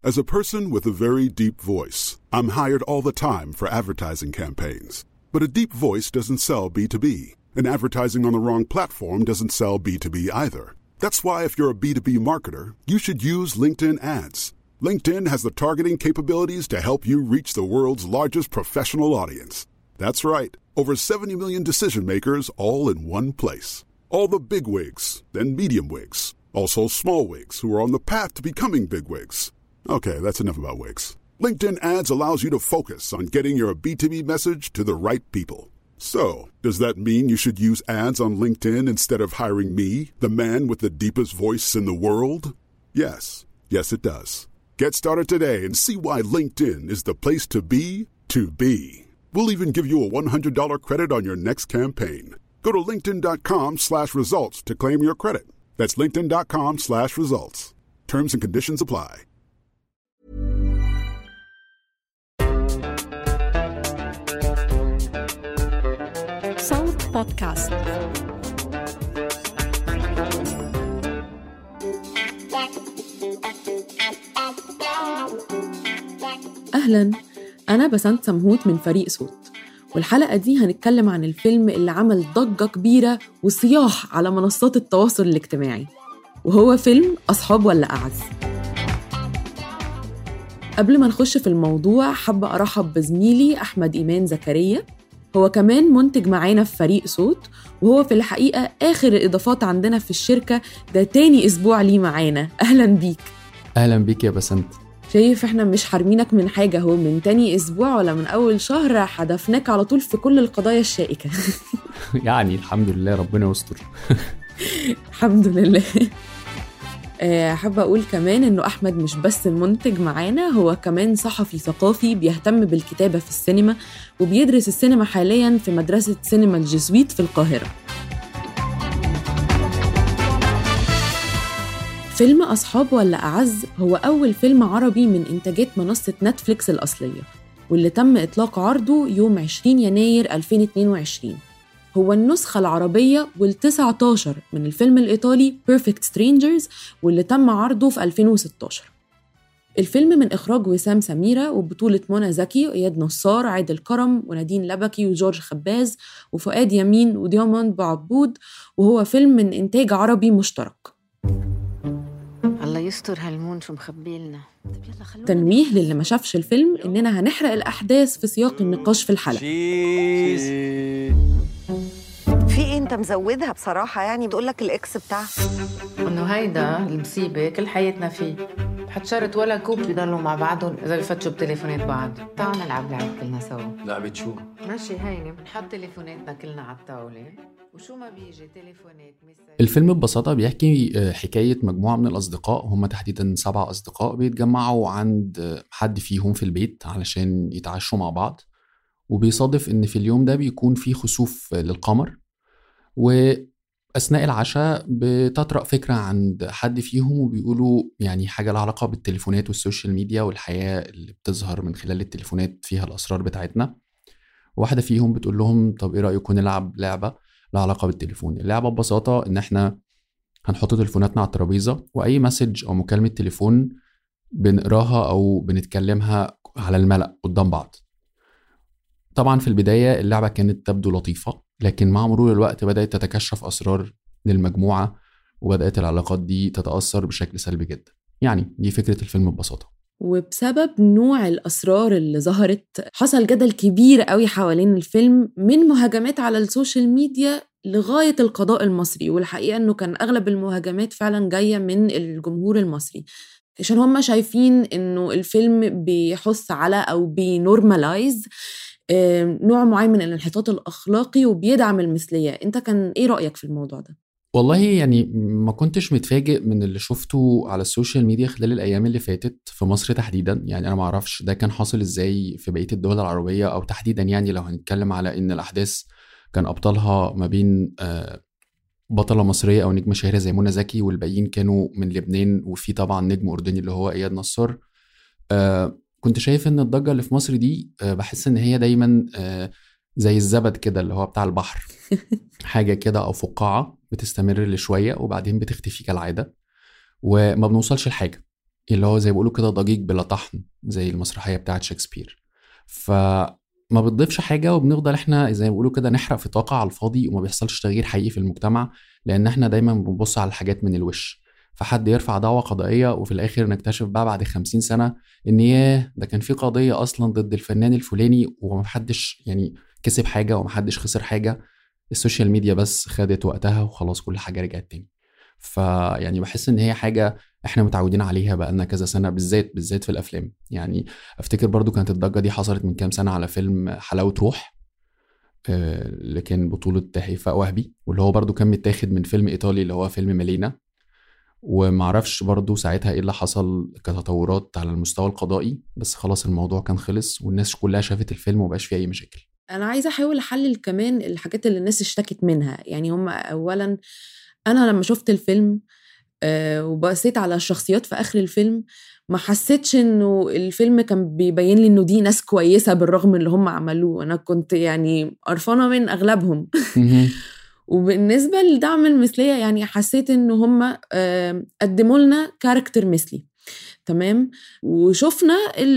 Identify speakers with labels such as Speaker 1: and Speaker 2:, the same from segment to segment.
Speaker 1: As a person with a very deep voice, I'm hired all the time for advertising campaigns. But a deep voice doesn't sell B2B, and advertising on the wrong platform doesn't sell B2B either. That's why if you're a B2B marketer, you should use LinkedIn ads. LinkedIn has the targeting capabilities to help you reach the world's largest professional audience. That's right, over 70 million decision makers all in one place. All the big wigs, then medium wigs, also small wigs who are on the path to becoming big wigs. Okay, that's enough about wigs. LinkedIn ads allows you to focus on getting your B2B message to the right people. So, does that mean you should use ads on LinkedIn instead of hiring me, the man with the deepest voice in the world? Yes. Yes, it does. Get started today and see why LinkedIn is the place to be. We'll even give you a $100 credit on your next campaign. Go to linkedin.com/results to claim your credit. That's linkedin.com/results. Terms and conditions apply.
Speaker 2: صوت بودكاست. أهلاً، أنا بسنت سمهوت من فريق صوت، والحلقة دي هنتكلم عن الفيلم اللي عمل ضجة كبيرة وصياح على منصات التواصل الاجتماعي، وهو فيلم أصحاب ولا أعز. قبل ما نخش في الموضوع حابة أرحب بزميلي أحمد إيمان زكريا، هو كمان منتج معانا في فريق صوت، وهو في الحقيقة آخر الإضافات عندنا في الشركة، ده تاني أسبوع ليه معانا. أهلاً بيك.
Speaker 3: أهلاً بيك يا بسنت.
Speaker 2: شايف إحنا مش حارمينك من حاجة، هو من تاني أسبوع ولا من أول شهر حدفناك على طول في كل القضايا الشائكة.
Speaker 3: يعني الحمد لله، ربنا يستر.
Speaker 2: الحمد لله. حابة أقول كمان إنه أحمد مش بس المنتج معانا، هو كمان صحفي ثقافي بيهتم بالكتابة في السينما، وبيدرس السينما حالياً في مدرسة سينما الجزويت في القاهرة. فيلم أصحاب ولا أعز هو أول فيلم عربي من إنتاجات منصة نتفليكس الأصلية، واللي تم إطلاق عرضه يوم 20 يناير 2022. هو النسخة العربية وال19 من الفيلم الإيطالي Perfect Strangers، واللي تم عرضه في 2016. الفيلم من إخراج وسام سميرة، وبطولة منى زكي وإياد نصار، عادل كرم ونادين لبكي وجورج خباز وفؤاد يمين ودياموند بعبود، وهو فيلم من إنتاج عربي مشترك.
Speaker 4: الله يستر هالمون شو مخبيلنا.
Speaker 2: تنويه للي ما شافش الفيلم إننا هنحرق الأحداث في سياق النقاش في الحلقة.
Speaker 4: في انت مزودها بصراحة، يعني بتقولك الإكس بتاعها
Speaker 5: إنه هيدا المصيبة كل حياتنا فيه، حتشرط ولا كوب بيضلوا مع بعضهم إذا بفتشوا بتليفونات بعض. تعالوا نلعب لعبة كلنا سوا.
Speaker 3: لعبة شو؟
Speaker 5: ماشي هيني، بنحط تليفوناتنا كلنا على الطاولة، وشو ما بيجي تليفونات
Speaker 3: الفيلم ببساطة بيحكي حكاية مجموعة من الأصدقاء، هم تحديداً 7 أصدقاء بيتجمعوا عند حد فيهم في البيت علشان يتعشوا مع بعض، وبيصادف إن في اليوم ده بيكون فيه خسوف للقمر، وأثناء العشاء بتطرق فكرة عند حد فيهم وبيقولوا يعني حاجة لها علاقة بالتليفونات والسوشيال ميديا والحياة اللي بتظهر من خلال التليفونات فيها الأسرار بتاعتنا. واحدة فيهم بتقول لهم طب إيه رأيكم نلعب لعبة لها علاقة بالتليفون. اللعبة ببساطة إن إحنا هنحط تليفوناتنا على الترابيزة، وأي مسج أو مكالمة تليفون بنقراها أو بنتكلمها على الملأ قدام بعض. طبعا في البداية اللعبة كانت تبدو لطيفة، لكن مع مرور الوقت بدأت تتكشف أسرار للمجموعة، وبدأت العلاقات دي تتأثر بشكل سلبي جدا. يعني دي فكرة الفيلم ببساطة.
Speaker 2: وبسبب نوع الأسرار اللي ظهرت حصل جدل كبير قوي حوالين الفيلم، من مهاجمات على السوشيال ميديا لغاية القضاء المصري. والحقيقة أنه كان أغلب المهاجمات فعلا جاية من الجمهور المصري، عشان هم شايفين أنه الفيلم بيحث على أو بينورمالايز نوع معين من الانحطاط الأخلاقي وبيدعم المثلية. أنت كان إيه رأيك في الموضوع ده؟
Speaker 3: والله يعني ما كنتش متفاجئ من اللي شفته على السوشيال ميديا خلال الأيام اللي فاتت في مصر تحديدا. يعني أنا معرفش ده كان حاصل إزاي في بقية الدول العربية، أو تحديدا يعني لو هنتكلم على إن الأحداث كان أبطالها ما بين بطلة مصرية أو نجمة شهيرة زي منى زكي، والباقيين كانوا من لبنان، وفي طبعا نجم أردني اللي هو إياد نصار. كنت شايف إن الضجة اللي في مصر دي بحس إن هي دايما زي الزبد كده اللي هو بتاع البحر، حاجة كده أو فقاعة بتستمر لشوية وبعدين بتختفي كالعادة وما بنوصلش لحاجة. اللي هو زي بيقولوا كده ضجيج بلا طحن زي المسرحية بتاعت شكسبير. فما بتضيفش حاجة، وبنفضل احنا زي ما بيقولوا كده نحرق في طاقة على الفاضي، وما بيحصلش تغيير حقيقي في المجتمع، لأن احنا دايما بنبص على الحاجات من الوش. فحد يرفع دعوة قضائية وفي الآخر نكتشف بقى بعد 50 سنة إن ده كان في قضية أصلا ضد الفنان الفلاني، ومحدش يعني كسب حاجة ومحدش خسر حاجة. السوشيال ميديا بس خدت وقتها وخلاص كل حاجة رجعت تاني. فيعني بحس ان هي حاجة احنا متعودين عليها بقالنا كذا سنة، بالذات في الافلام. يعني افتكر برضو كانت الضجة دي حصلت من كام سنة على فيلم حلاوة روح، اللي كان بطولة هيفاء وهبي، واللي هو برضو كان متاخد من فيلم ايطالي اللي هو فيلم مالينا. ومعرفش برضو ساعتها ايه اللي حصل كتطورات على المستوى القضائي، بس خلاص الموضوع كان خلص والناس كلها شافت الفيلم ومبقاش فيه اي مشاكل.
Speaker 2: انا عايزه احاول احلل كمان الحاجات اللي الناس اشتكت منها. يعني هم اولا، انا لما شفت الفيلم وبصيت على الشخصيات في اخر الفيلم، ما حسيتش انه الفيلم كان بيبين لي انه دي ناس كويسه بالرغم من اللي هم عملوه. انا كنت يعني قرفانه من اغلبهم. وبالنسبه لدعم المثليه، يعني حسيت انه هم قدموا لنا كاركتر مثلي، تمام، وشفنا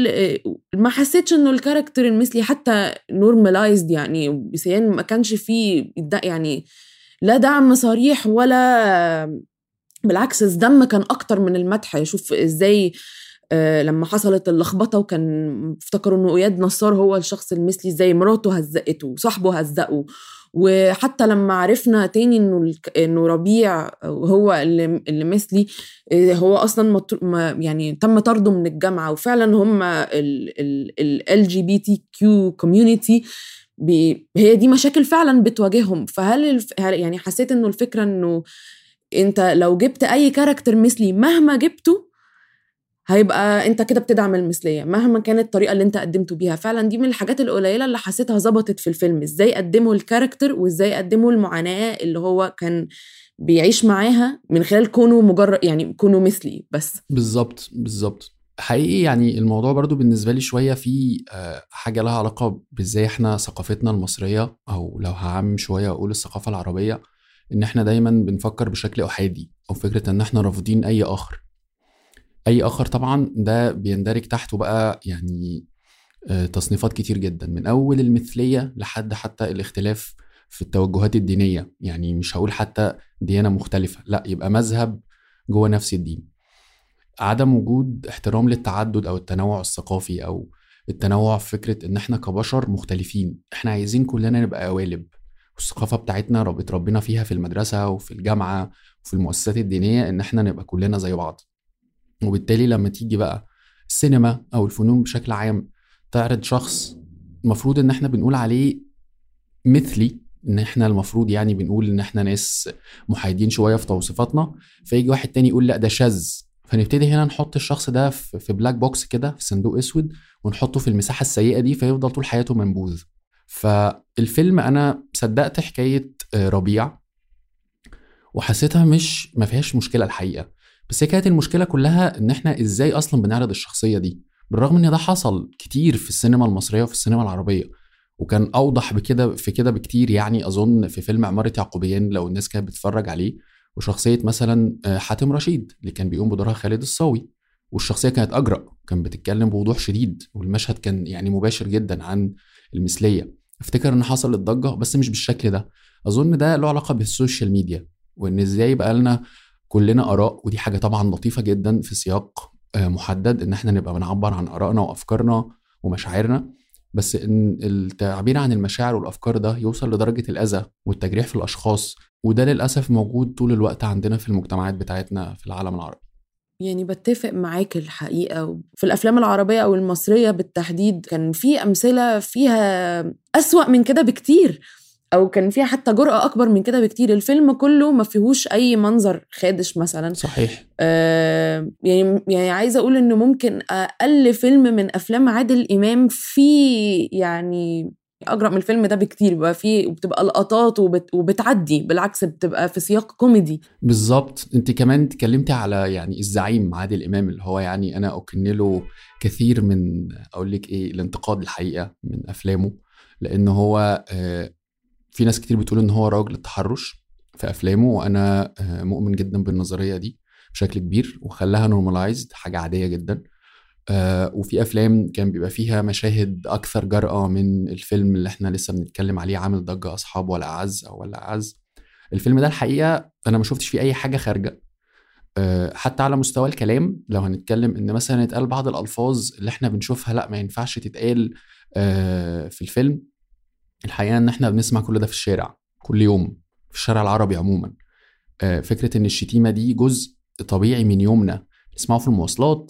Speaker 2: ما حسيتش انه الكاركتر المثلي حتى نورمالايزد، يعني بسيان ما كانش فيه يعني لا دعم صريح ولا بالعكس، الذم كان اكتر من المدح. شوف ازاي لما حصلت اللخبطه وكان افتكروا انه اياد نصار هو الشخص المثلي، ازاي مراته هزقته وصاحبه هزقه. وحتى لما عرفنا تاني انه ربيع هو اللي مثلي، هو اصلا يعني تم طرده من الجامعه. وفعلا هم ال LGBTQ community هي دي مشاكل فعلا بتواجههم. فهل يعني حسيت انه الفكره انه انت لو جبت اي كاركتر مثلي مهما جبته هيبقى انت كده بتدعم المثليه مهما كانت الطريقه اللي انت قدمته بيها. فعلا دي من الحاجات القليله اللي حسيتها ظبطت في الفيلم، ازاي قدموا الكاركتر وازاي قدموا المعاناه اللي هو كان بيعيش معاها من خلال كونه مجرد يعني كونه مثلي بس.
Speaker 3: بالظبط حقيقي. يعني الموضوع برضو بالنسبة لي شوية في حاجة لها علاقة بازاي احنا ثقافتنا المصرية، او لو هعمم شوية اقول الثقافة العربية، ان احنا دايما بنفكر بشكل احادي، او فكرة ان احنا رافضين اي اخر. طبعا ده بيندرج تحته بقى يعني تصنيفات كتير جدا، من اول المثلية لحد حتى الاختلاف في التوجهات الدينية. يعني مش هقول حتى ديانة مختلفة، لا، يبقى مذهب جوه نفس الدين. عدم وجود احترام للتعدد او التنوع الثقافي، او التنوع في فكرة ان احنا كبشر مختلفين، احنا عايزين كلنا نبقى قوالب. والثقافة بتاعتنا ربنا فيها في المدرسة وفي الجامعة وفي المؤسسات الدينية ان احنا نبقى كلنا زي بعض. وبالتالي لما تيجي بقى السينما او الفنون بشكل عام تعرض شخص المفروض ان احنا بنقول عليه مثلي، ان احنا المفروض يعني بنقول ان احنا ناس محايدين شوية في توصيفاتنا، فيجي واحد تاني يقول لا ده شاذ، فنبتدي هنا نحط الشخص ده في بلاك بوكس كده، في صندوق اسود، ونحطه في المساحة السيئة دي، فيفضل طول حياته منبوذ. فالفيلم انا صدقت حكاية ربيع وحسيتها مش ما فيهاش مشكلة الحقيقة، بس هي كانت المشكلة كلها ان احنا ازاي اصلا بنعرض الشخصية دي، بالرغم ان ده حصل كتير في السينما المصرية وفي السينما العربية، وكان اوضح كده بكتير. يعني اظن في فيلم عمارة يعقوبيان لو الناس كانت بتتفرج عليه، وشخصية مثلا حاتم رشيد اللي كان بيقوم بدورها خالد الصاوي، والشخصية كانت أجرأ، كان بتتكلم بوضوح شديد، والمشهد كان يعني مباشر جدا عن المثلية. افتكر ان حصل الضجة بس مش بالشكل ده. اظن ده له علاقة بالسوشيال ميديا، وان ازاي بقى لنا كلنا آراء، ودي حاجة طبعا لطيفة جدا في سياق محدد، ان احنا نبقى بنعبر عن آرائنا وأفكارنا ومشاعرنا، بس ان التعبير عن المشاعر والأفكار ده يوصل لدرجة الأذى والتجريح في الأشخاص، وده للأسف موجود طول الوقت عندنا في المجتمعات بتاعتنا في العالم العربي.
Speaker 2: يعني بتفق معاك الحقيقة. في الأفلام العربية أو المصرية بالتحديد كان في أمثلة فيها أسوأ من كده بكتير، أو كان فيها حتى جرأة أكبر من كده بكتير. الفيلم كله ما فيهوش أي منظر خادش مثلا.
Speaker 3: صحيح.
Speaker 2: يعني عايزة أقول إنه ممكن أقل فيلم من أفلام عادل إمام فيه يعني أجرأ من الفيلم ده بكتير، بقى فيه وبتبقى لقطات وبتعدي، بالعكس بتبقى في سياق كوميدي.
Speaker 3: بالظبط. انت كمان تكلمتي على يعني الزعيم عادل إمام، اللي هو يعني أنا أكن له كثير من أقول لك إيه الانتقاد الحقيقة من أفلامه، لأنه هو في ناس كتير بتقول إن هو راجل التحرش في أفلامه، وأنا مؤمن جدا بالنظرية دي بشكل كبير وخلاها نورمالايزد، حاجة عادية جدا. وفي أفلام كان بيبقى فيها مشاهد أكثر جرأة من الفيلم اللي احنا لسه بنتكلم عليه عامل ضجة، أصحاب ولا أعز أو ولا أعز. الفيلم ده الحقيقة أنا ما شفتش فيه أي حاجة خارجة، حتى على مستوى الكلام. لو هنتكلم إن مثلا يتقال بعض الألفاظ اللي احنا بنشوفها لا ما ينفعش تتقال في الفيلم، الحقيقة إن احنا بنسمع كل ده في الشارع كل يوم، في الشارع العربي عموما. فكرة إن الشتيمة دي جزء طبيعي من يومنا، بنسمعه في المواصلات،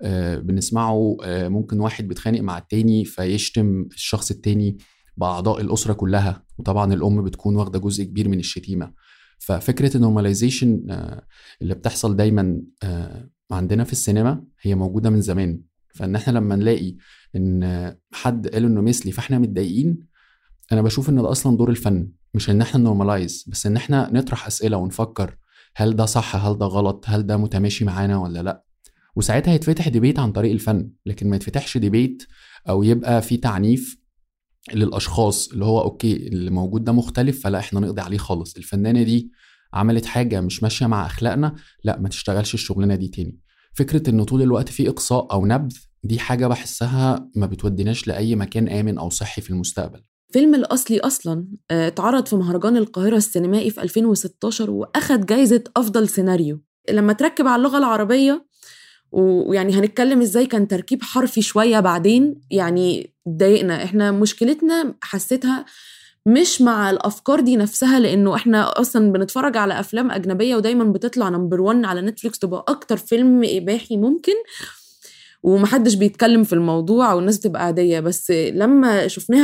Speaker 3: بنسمعه ممكن واحد بيتخانق مع التاني فيشتم الشخص التاني بأعضاء الأسرة كلها، وطبعا الأم بتكون واخدة جزء كبير من الشتيمة. ففكرة النورماليزيشن اللي بتحصل دايما عندنا في السينما هي موجودة من زمان. فإن احنا لما نلاقي إن حد قال إنه مثلي فاحنا متضايقين، أنا بشوف إن ده أصلا دور الفن، مش إن احنا نورمالايز، بس إن احنا نطرح أسئلة ونفكر هل ده صح، هل ده غلط، هل ده متماشي معانا ولا لأ. وساعتها يتفتح ديبيت عن طريق الفن، لكن ما يتفتحش ديبيت أو يبقى في تعنيف للأشخاص اللي هو أوكي اللي موجود ده مختلف فلا إحنا نقضي عليه خالص، الفنانة دي عملت حاجة مش ماشية مع أخلاقنا، لا ما تشتغلش الشغلانة دي تاني. فكرة إنه طول الوقت في إقصاء أو نبذ، دي حاجة بحسها ما بتوديناش لأي مكان آمن أو صحي في المستقبل.
Speaker 2: فيلم الأصلي أصلاً اتعرض في مهرجان القاهرة السينمائي في 2016 وأخد جايزة أفضل سيناريو. لما تركب على اللغة العربية، ويعني هنتكلم إزاي كان تركيب حرفي شوية بعدين، يعني ضايقنا. إحنا مشكلتنا حسيتها مش مع الأفكار دي نفسها، لأنه إحنا أصلاً بنتفرج على أفلام أجنبية ودايماً بتطلع نمبر 1 على نتفليكس، تبقى أكتر فيلم إباحي ممكن ومحدش بيتكلم في الموضوع والناس تبقى عادية. بس لما شفناها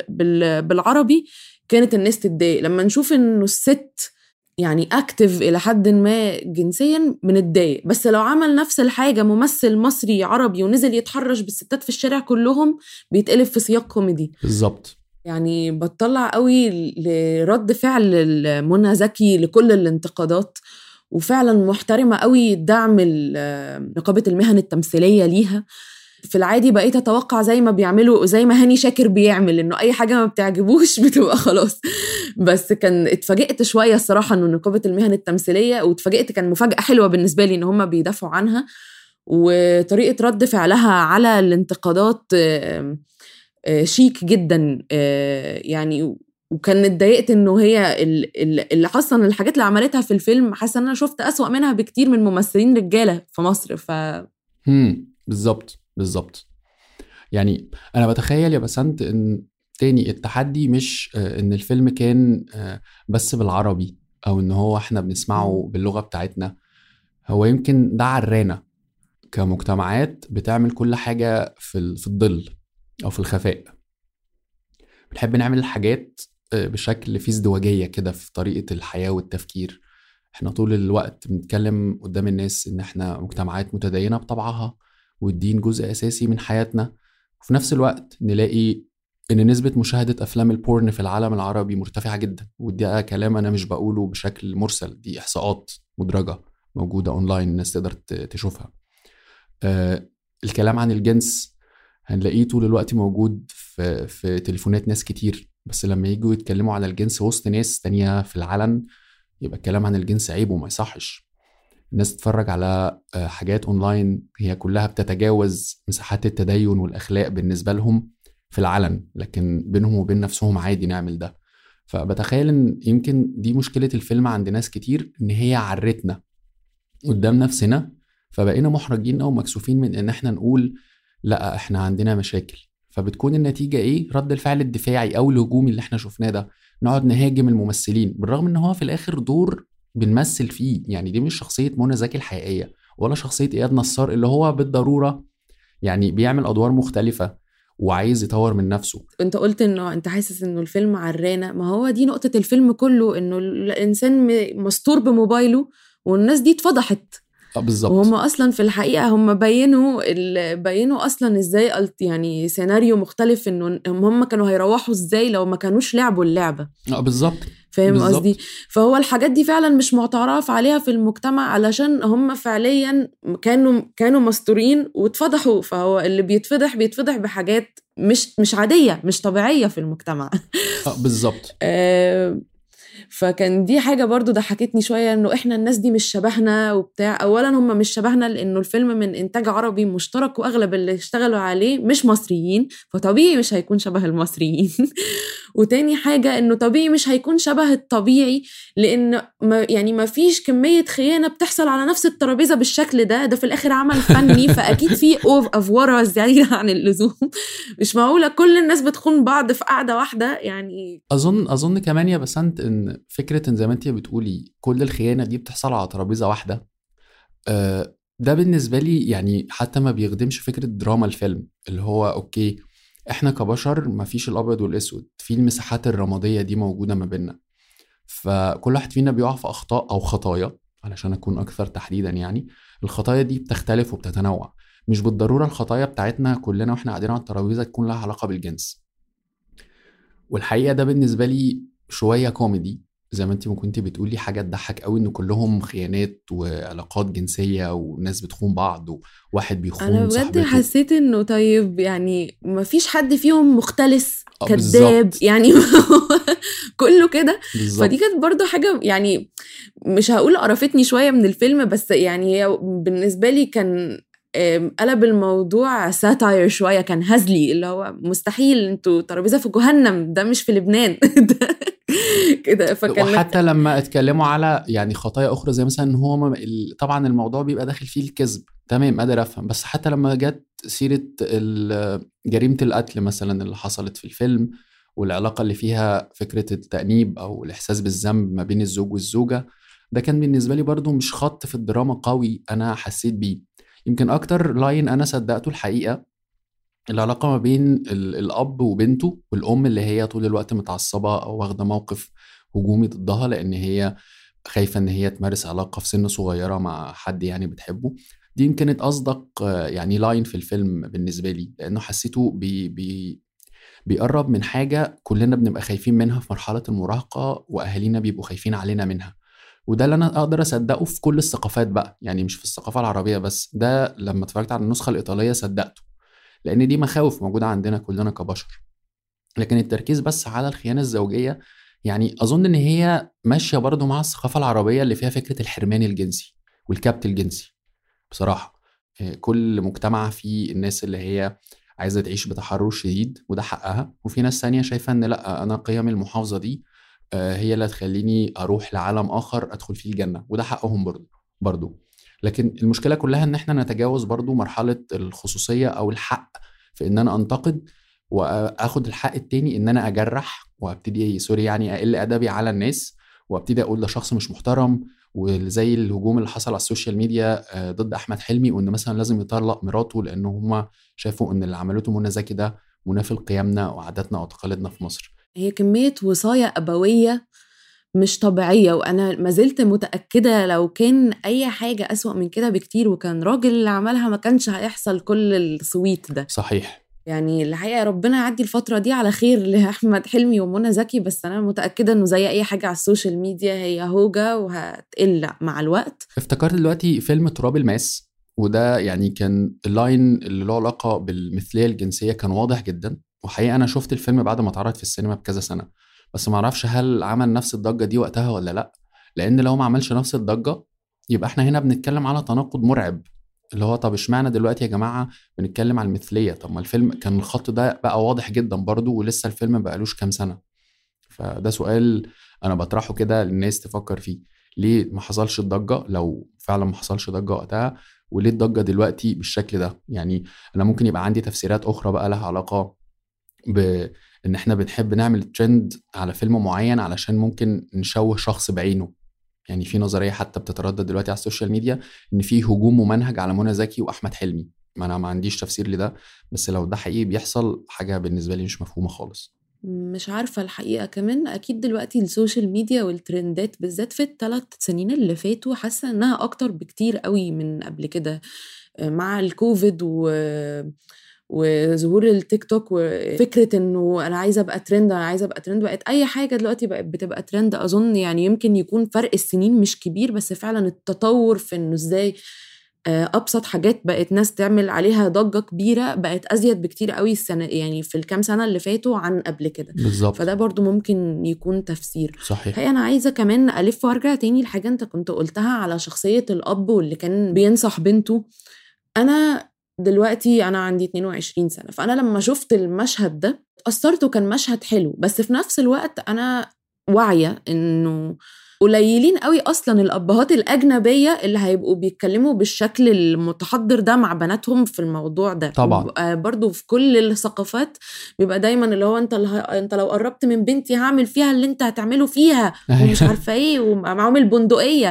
Speaker 2: بالعربي كانت الناس تتضايق. لما نشوف إنه الست يعني أكتف إلى حد ما جنسيا بنتضايق، بس لو عمل نفس الحاجة ممثل مصري عربي ونزل يتحرش بالستات في الشارع كلهم بيتقلب في سياق كوميدي.
Speaker 3: بالظبط.
Speaker 2: يعني بتطلع قوي لرد فعل منى زكي لكل الانتقادات، وفعلا محترمة قوي دعم نقابة المهن التمثيلية ليها. في العادي بقيت أتوقع زي ما بيعملوا، زي ما هاني شاكر بيعمل، إنه أي حاجة ما بتعجبوش بتبقى خلاص. بس كان اتفاجئت شوية الصراحة إنه نقابة المهن التمثيلية، واتفاجئت كان مفاجأة حلوة بالنسبة لي إن هم بيدافعوا عنها، وطريقة رد فعلها على الانتقادات شيك جدا يعني. وكان اتضايقت انه هي اللي حصل الحاجات اللي عملتها في الفيلم، حاسه ان انا شفت اسوأ منها بكتير من ممثلين رجاله في مصر.
Speaker 3: بالظبط. يعني انا بتخيل يا بسنت ان تاني التحدي مش ان الفيلم كان بس بالعربي او ان هو احنا بنسمعه باللغه بتاعتنا. هو يمكن ده عرانا كمجتمعات بتعمل كل حاجه في الظل او في الخفاء. بنحب نعمل الحاجات بشكل فيه ازدواجية كده في طريقة الحياة والتفكير. احنا طول الوقت بنتكلم قدام الناس ان احنا مجتمعات متدينة بطبعها والدين جزء اساسي من حياتنا، وفي نفس الوقت نلاقي ان نسبة مشاهدة افلام البورن في العالم العربي مرتفعة جدا. ودي كلام انا مش بقوله بشكل مرسل، دي احصاءات مدرجة موجودة اونلاين الناس تقدر تشوفها. الكلام عن الجنس هنلاقيه طول الوقت موجود في تليفونات ناس كتير، بس لما يجوا يتكلموا على الجنس وسط ناس تانية في العلن يبقى الكلام عن الجنس عيب وما يصحش. الناس تتفرج على حاجات اونلاين هي كلها بتتجاوز مساحات التدين والأخلاق بالنسبة لهم في العلن، لكن بينهم وبين نفسهم عادي نعمل ده. فبتخيل ان يمكن دي مشكلة الفيلم عند ناس كتير، ان هي عرتنا قدام نفسنا فبقينا محرجين او مكسوفين من ان احنا نقول لا احنا عندنا مشاكل. فبتكون النتيجة ايه؟ رد الفعل الدفاعي او الهجومي اللي احنا شفناه ده، نقعد نهاجم الممثلين بالرغم ان هو في الاخر دور بنمثل فيه. يعني دي مش شخصية منى زكي الحقيقية ولا شخصية إياد نصار اللي هو بالضرورة يعني بيعمل أدوار مختلفة وعايز يطور من نفسه.
Speaker 2: انت قلت انه انت حاسس انه الفيلم عرانا، ما هو دي نقطة الفيلم كله، انه الانسان مستور بموبايله والناس دي اتفضحت.
Speaker 3: بالظبط.
Speaker 2: وهم اصلا في الحقيقة هم بينوا اصلا ازاي قلت يعني سيناريو مختلف، انه هم كانوا هيروحوا ازاي لو ما كانوش لعبوا اللعبة.
Speaker 3: بالظبط.
Speaker 2: فاهم قصدي؟ فهو الحاجات دي فعلا مش معترف عليها في المجتمع علشان هم فعليا كانوا مستورين واتفضحوا. فهو اللي بيتفضح بحاجات مش عادية مش طبيعية في المجتمع.
Speaker 3: بالظبط.
Speaker 2: فكان دي حاجة برضو ضحكتني شوية، انه احنا الناس دي مش شبهنا وبتاع. اولا هم مش شبهنا لانه الفيلم من انتاج عربي مشترك، واغلب اللي اشتغلوا عليه مش مصريين، فطبيعي مش هيكون شبه المصريين. وتاني حاجة انه طبيعي مش هيكون شبه الطبيعي، لان ما فيش كمية خيانة بتحصل على نفس الترابيزة بالشكل ده في الاخر عمل فني، فاكيد في افوره زيادة عن اللزوم. مش معقولة كل الناس بتخون بعض في قاعدة واحدة يعني.
Speaker 3: اظن كمان يا بسنت ان فكره ان زي ما انت بتقولي كل الخيانه دي بتحصل على ترابيزه واحده، ده بالنسبه لي يعني حتى ما بيخدمش فكره دراما الفيلم، اللي هو اوكي احنا كبشر ما فيش الابيض والاسود، في المساحات الرماديه دي موجوده ما بيننا، فكل واحد فينا بيقع في اخطاء او خطايا، علشان اكون اكثر تحديدا يعني الخطايا دي بتختلف وبتتنوع. مش بالضروره الخطايا بتاعتنا كلنا واحنا قاعدين على الترابيزه تكون لها علاقه بالجنس. والحقيقه ده بالنسبه لي شويه كوميدي، زي ما انت كنتي بتقولي حاجه تضحك قوي ان كلهم خيانات وعلاقات جنسيه وناس بتخون بعض وواحد
Speaker 2: انا
Speaker 3: بيخون
Speaker 2: بجد
Speaker 3: صاحبته.
Speaker 2: حسيت انه طيب يعني ما فيش حد فيهم مختلس كذاب
Speaker 3: بالظبط.
Speaker 2: يعني. كله كده.
Speaker 3: بالظبط.
Speaker 2: فدي كانت برضو حاجة يعني مش هقول قرفتني شوية من الفيلم، بس يعني هي بالنسبة لي كان قلب الموضوع ساتاير شوية، كان هزلي، اللي هو مستحيل انتوا ترابيزة في جهنم، ده مش في لبنان. كده. فكان
Speaker 3: وحتى لما اتكلموا على يعني خطايا اخرى زي مثلا ان هو طبعا الموضوع بيبقى داخل فيه الكذب، تمام قادر افهم، بس حتى لما جت سيره جريمه القتل مثلا اللي حصلت في الفيلم والعلاقه اللي فيها فكره التأنيب او الاحساس بالذنب ما بين الزوج والزوجه، ده كان بالنسبه لي برضو مش خط في الدراما قوي انا حسيت بيه. يمكن اكتر لاين انا صدقته الحقيقه العلاقة ما بين الأب وبنته، والأم اللي هي طول الوقت متعصبة أو واخدة موقف هجومي ضدها لأن هي خايفة إن هي تمارس علاقة في سن صغيرة مع حد يعني بتحبه. دي يمكن أصدق يعني لاين في الفيلم بالنسبة لي، لأنه حسيته بيقرب من حاجة كلنا بنبقى خايفين منها في مرحلة المراهقة وأهالينا بيبقوا خايفين علينا منها. وده اللي أنا أقدر أصدقه في كل الثقافات بقى، يعني مش في الثقافة العربية بس، ده لما اتفرجت على النسخة الإيطالية صدقته، لأن دي مخاوف موجودة عندنا كلنا كبشر. لكن التركيز بس على الخيانة الزوجية يعني أظن إن هي ماشية برضو مع الثقافة العربية اللي فيها فكرة الحرمان الجنسي والكبت الجنسي. بصراحة كل مجتمع فيه الناس اللي هي عايزة تعيش بتحرر شديد وده حقها، وفي ناس ثانية شايفة إن لأ، أنا قيم المحافظة دي هي اللي هتخليني أروح لعالم آخر أدخل فيه الجنة، وده حقهم برضو. لكن المشكلة كلها ان احنا نتجاوز برضو مرحلة الخصوصية او الحق في ان انا انتقد، واخد الحق التاني ان انا اجرح وابتدي يعني اقل ادبي على الناس، وابتدي اقول ده شخص مش محترم. وزي الهجوم اللي حصل على السوشيال ميديا ضد احمد حلمي، وان مثلا لازم يطلق مراته لانه هم شافوا ان اللي عملته منى زكي ده منافي لقيمنا وعاداتنا وتقاليدنا في مصر.
Speaker 2: هي كمية وصايا أبوية مش طبيعية، وأنا ما زلت متأكدة لو كان أي حاجة أسوأ من كده بكتير وكان راجل اللي عملها ما كانش هيحصل كل السويت ده.
Speaker 3: صحيح.
Speaker 2: يعني الحقيقة ربنا يعدي الفترة دي على خير لأحمد حلمي ومنى زكي، بس أنا متأكدة أنه زي أي حاجة على السوشيال ميديا هي هوجة وهتقل مع الوقت.
Speaker 3: افتكرت دلوقتي فيلم تراب الماس، وده يعني كان اللاين اللي له علاقة بالمثلية الجنسية كان واضح جدا. وحقيقة أنا شفت الفيلم بعد ما اتعرض في السينما بكذا سنة، بس ما اعرفش هل عمل نفس الضجة دي وقتها ولا لا، لأن لو ما عملش نفس الضجة يبقى احنا هنا بنتكلم على تناقض مرعب، اللي هو طب اشمعنى دلوقتي يا جماعة بنتكلم على المثلية؟ طب ما الفيلم كان الخط ده بقى واضح جدا برضو ولسه الفيلم بقالوش كام سنة. فده سؤال أنا بطرحه كده للناس تفكر فيه، ليه ما حصلش الضجة لو فعلا ما حصلش ضجة وقتها، وليه الضجة دلوقتي بالشكل ده؟ يعني أنا ممكن يبقى عندي تفسيرات أخرى بقى لها علاقة بإن إحنا بنحب نعمل ترند على فيلم معين علشان ممكن نشوه شخص بعينه. يعني في نظرية حتى بتتردد دلوقتي على السوشيال ميديا إن في هجوم ممنهج على منى زكي وأحمد حلمي. ما أنا ما عنديش تفسير لده، بس لو ده حقيقي بيحصل حاجة بالنسبة لي مش مفهومة خالص.
Speaker 2: مش عارفة الحقيقة. كمان أكيد دلوقتي السوشيال ميديا والترندات بالذات في ال3 سنين اللي فاتوا حاسة إنها أكتر بكتير قوي من قبل كده مع الكوفيد وظهور التيك توك، وفكرة إنه أنا عايزة أبقى ترند، أنا عايزة أبقى ترند، بقت أي حاجة دلوقتي بقت بتبقى ترند. أظن يعني يمكن يكون فرق السنين مش كبير، بس فعلا التطور في إنه إزاي ابسط حاجات بقت ناس تعمل عليها ضجة كبيرة بقت ازيد بكتير قوي السنة، يعني في الكام سنة اللي فاتوا عن قبل كده.
Speaker 3: بالظبط.
Speaker 2: فده برضو ممكن يكون تفسير.
Speaker 3: صحيح.
Speaker 2: هي انا عايزة كمان الف وارجع تاني لحاجة انت كنت قلتها على شخصية الاب واللي كان بينصح بنته. انا دلوقتي انا عندي 22 سنة، فانا لما شفت المشهد ده اتأثرت وكان مشهد حلو، بس في نفس الوقت انا واعية انه قليلين قوي اصلا الابهات الاجنبيه اللي هيبقوا بيتكلموا بالشكل المتحضر ده مع بناتهم في الموضوع ده.
Speaker 3: طبعا
Speaker 2: برضو في كل الثقافات بيبقى دايما اللي هو انت لو قربت من بنتي هعمل فيها اللي انت هتعمله فيها ومش عارفه ايه، ومعهم البندقيه.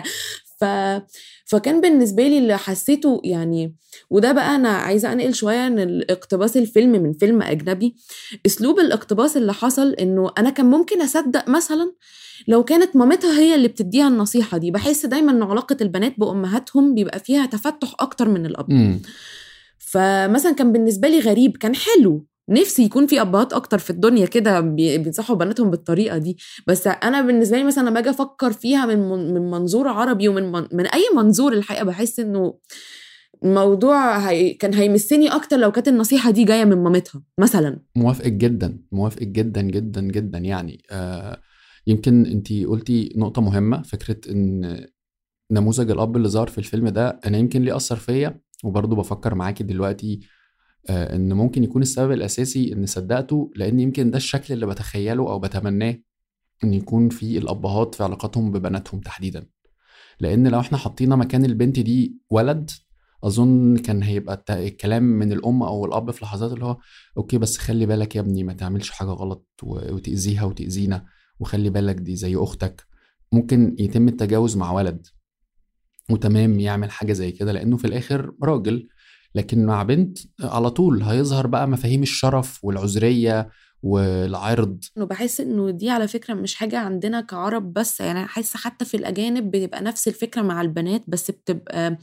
Speaker 2: فكان بالنسبه لي اللي حسيته يعني، وده بقى انا عايزه انقل شويه ان الاقتباس الفيلم من فيلم اجنبي، اسلوب الاقتباس اللي حصل انه انا كان ممكن اصدق مثلا لو كانت مامتها هي اللي بتديها النصيحه دي. بحس دايما ان علاقه البنات بامهاتهم بيبقى فيها تفتح اكتر من الاب. فمثلا كان بالنسبه لي غريب، كان حلو، نفسي يكون في ابهات اكتر في الدنيا كده بينصحوا بناتهم بالطريقه دي. بس انا بالنسبه لي مثلا لما باجي افكر فيها من منظور عربي ومن اي منظور الحقيقه بحس انه الموضوع كان هيمسني اكتر لو كانت النصيحه دي جايه من مامتها مثلا.
Speaker 3: موافق جدا جدا جدا جدا. يعني يمكن انتي قلتي نقطه مهمه، فكره ان نموذج الاب اللي ظهر في الفيلم ده انا يمكن ليه اثر فيا، وبرضه بفكر معاكي دلوقتي ان ممكن يكون السبب الاساسي ان صدقته، لان يمكن ده الشكل اللي بتخيله او بتمناه ان يكون في الابهات في علاقاتهم ببناتهم تحديدا. لان لو احنا حطينا مكان البنت دي ولد، اظن كان هيبقى الكلام من الام او الاب في لحظات اللي هو اوكي بس خلي بالك يا ابني ما تعملش حاجه غلط وتاذيها وتاذينا، وخلي بالك دي زي اختك. ممكن يتم التجاوز مع ولد وتمام يعمل حاجه زي كده لانه في الاخر راجل، لكن مع بنت على طول هيظهر بقى مفاهيم الشرف والعذريه والعرض.
Speaker 2: بحس انه دي على فكره مش حاجه عندنا كعرب بس، يعني احس حتى في الاجانب بتبقى نفس الفكره مع البنات، بس بتبقى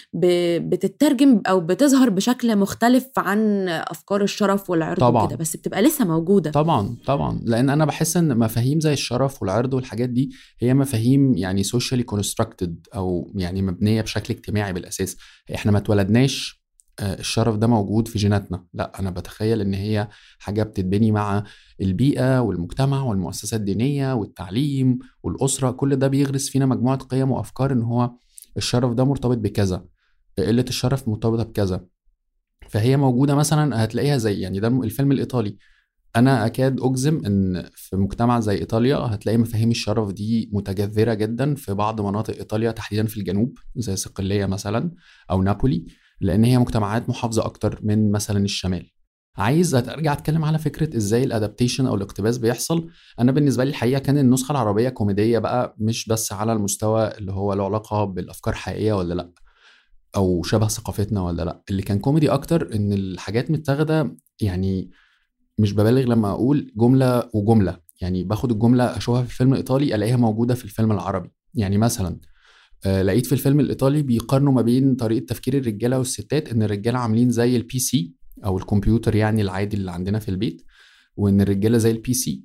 Speaker 2: بتترجم او بتظهر بشكل مختلف عن افكار الشرف والعرض وكده، بس بتبقى لسه موجوده.
Speaker 3: طبعا لان انا بحس ان مفاهيم زي الشرف والعرض والحاجات دي هي مفاهيم يعني socially constructed او يعني مبنيه بشكل اجتماعي بالاساس. احنا ما اتولدناش الشرف ده موجود في جيناتنا، لا انا بتخيل ان هي حاجه بتتبني مع البيئه والمجتمع والمؤسسات الدينيه والتعليم والاسره، كل ده بيغرس فينا مجموعه قيم وافكار ان هو الشرف ده مرتبط بكذا، قله الشرف مرتبطه بكذا. فهي موجوده مثلا هتلاقيها زي يعني ده الفيلم الايطالي، انا اكاد اجزم ان في مجتمع زي ايطاليا هتلاقي مفاهيم الشرف دي متجذره جدا في بعض مناطق ايطاليا تحديدا في الجنوب زي صقليه مثلا او نابولي، لان هي مجتمعات محافظه اكتر من مثلا الشمال. عايز ارجع اتكلم على فكره ازاي الادابتيشن او الاقتباس بيحصل. انا بالنسبه لي الحقيقه كان النسخه العربيه كوميديه بقى، مش بس على المستوى اللي هو له علاقه بالافكار حقيقيه ولا لا او شبه ثقافتنا ولا لا، اللي كان كوميدي اكتر ان الحاجات متاخده، يعني مش ببالغ لما اقول جمله وجمله، يعني باخد الجمله اشوفها في الفيلم الايطالي الاقيها موجوده في الفيلم العربي. يعني مثلا لقيت في الفيلم الايطالي بيقارنوا ما بين طريقه تفكير الرجاله والستات، ان الرجاله عاملين زي البي سي او الكمبيوتر يعني العادي اللي عندنا في البيت، وان الرجاله زي البي سي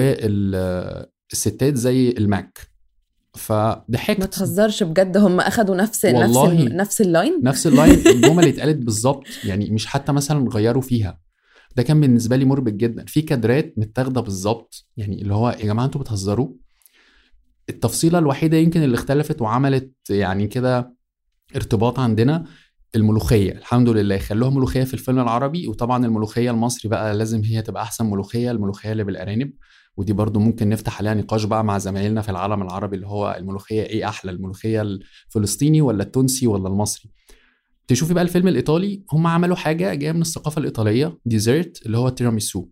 Speaker 3: والستات زي الماك. فضحكت.
Speaker 2: ما تهزرش بجد، هم اخدوا نفس اللاين
Speaker 3: نفس اللاين الجمل اللي اتقالت بالظبط، يعني مش حتى مثلا غيروا فيها. ده كان بالنسبه لي مربك جدا، في كادرات متاخده بالظبط، يعني اللي هو يا جماعه انتوا بتهزروا. التفصيله الوحيده يمكن اللي اختلفت وعملت يعني كده ارتباط عندنا الملوخيه، الحمد لله خلوها ملوخيه في الفيلم العربي، وطبعا الملوخيه المصري بقى لازم هي تبقى احسن ملوخيه، الملوخيه اللي بالارانب، ودي برضو ممكن نفتح عليها نقاش بقى مع زمايلنا في العالم العربي اللي هو الملوخيه ايه احلى، الملوخيه الفلسطيني ولا التونسي ولا المصري. تشوفي بقى الفيلم الايطالي هم عملوا حاجه جايه من الثقافه الايطاليه، ديزرت اللي هو التيراميسو،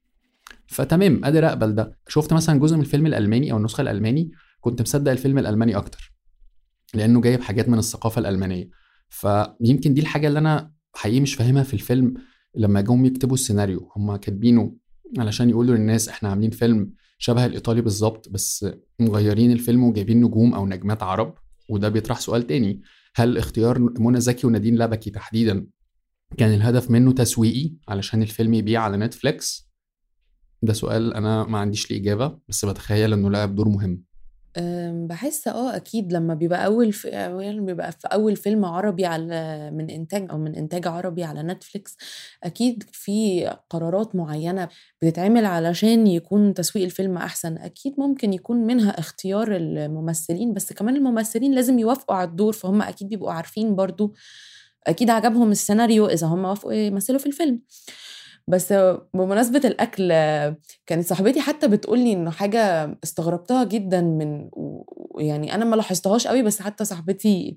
Speaker 3: فتمام قادر اقبل ده. شفت مثلا جزء من الفيلم الالماني او النسخه الالماني، كنت مصدق الفيلم الالماني اكتر لانه جايب حاجات من الثقافه الالمانيه. فيمكن دي الحاجه اللي انا حقيقي مش فاهمها في الفيلم. لما جم يكتبوا السيناريو هم كاتبينه علشان يقولوا للناس احنا عاملين فيلم شبه الايطالي بالظبط، بس مغيرين الفيلم وجايبين نجوم او نجمات عرب. وده بيطرح سؤال تاني، هل اختيار منى زكي ونادين لبكي تحديدا كان الهدف منه تسويقي علشان الفيلم يبيع على نتفليكس؟ ده سؤال انا ما عنديش ليه اجابه، بس بتخيل انه لعب دور مهم.
Speaker 2: بحس اكيد لما بيبقى بيبقى في اول فيلم عربي على من انتاج عربي على نتفليكس، اكيد في قرارات معينة بتتعمل علشان يكون تسويق الفيلم احسن. اكيد ممكن يكون منها اختيار الممثلين، بس كمان الممثلين لازم يوافقوا على الدور، فهم اكيد بيبقوا عارفين برضو، اكيد عجبهم السيناريو اذا هم وافقوا يمثلوا في الفيلم. بس بمناسبة الأكل، كانت صاحبتي حتى بتقولي إنه حاجة استغربتها جدا يعني أنا ما لاحظتهاش قوي، بس حتى صاحبتي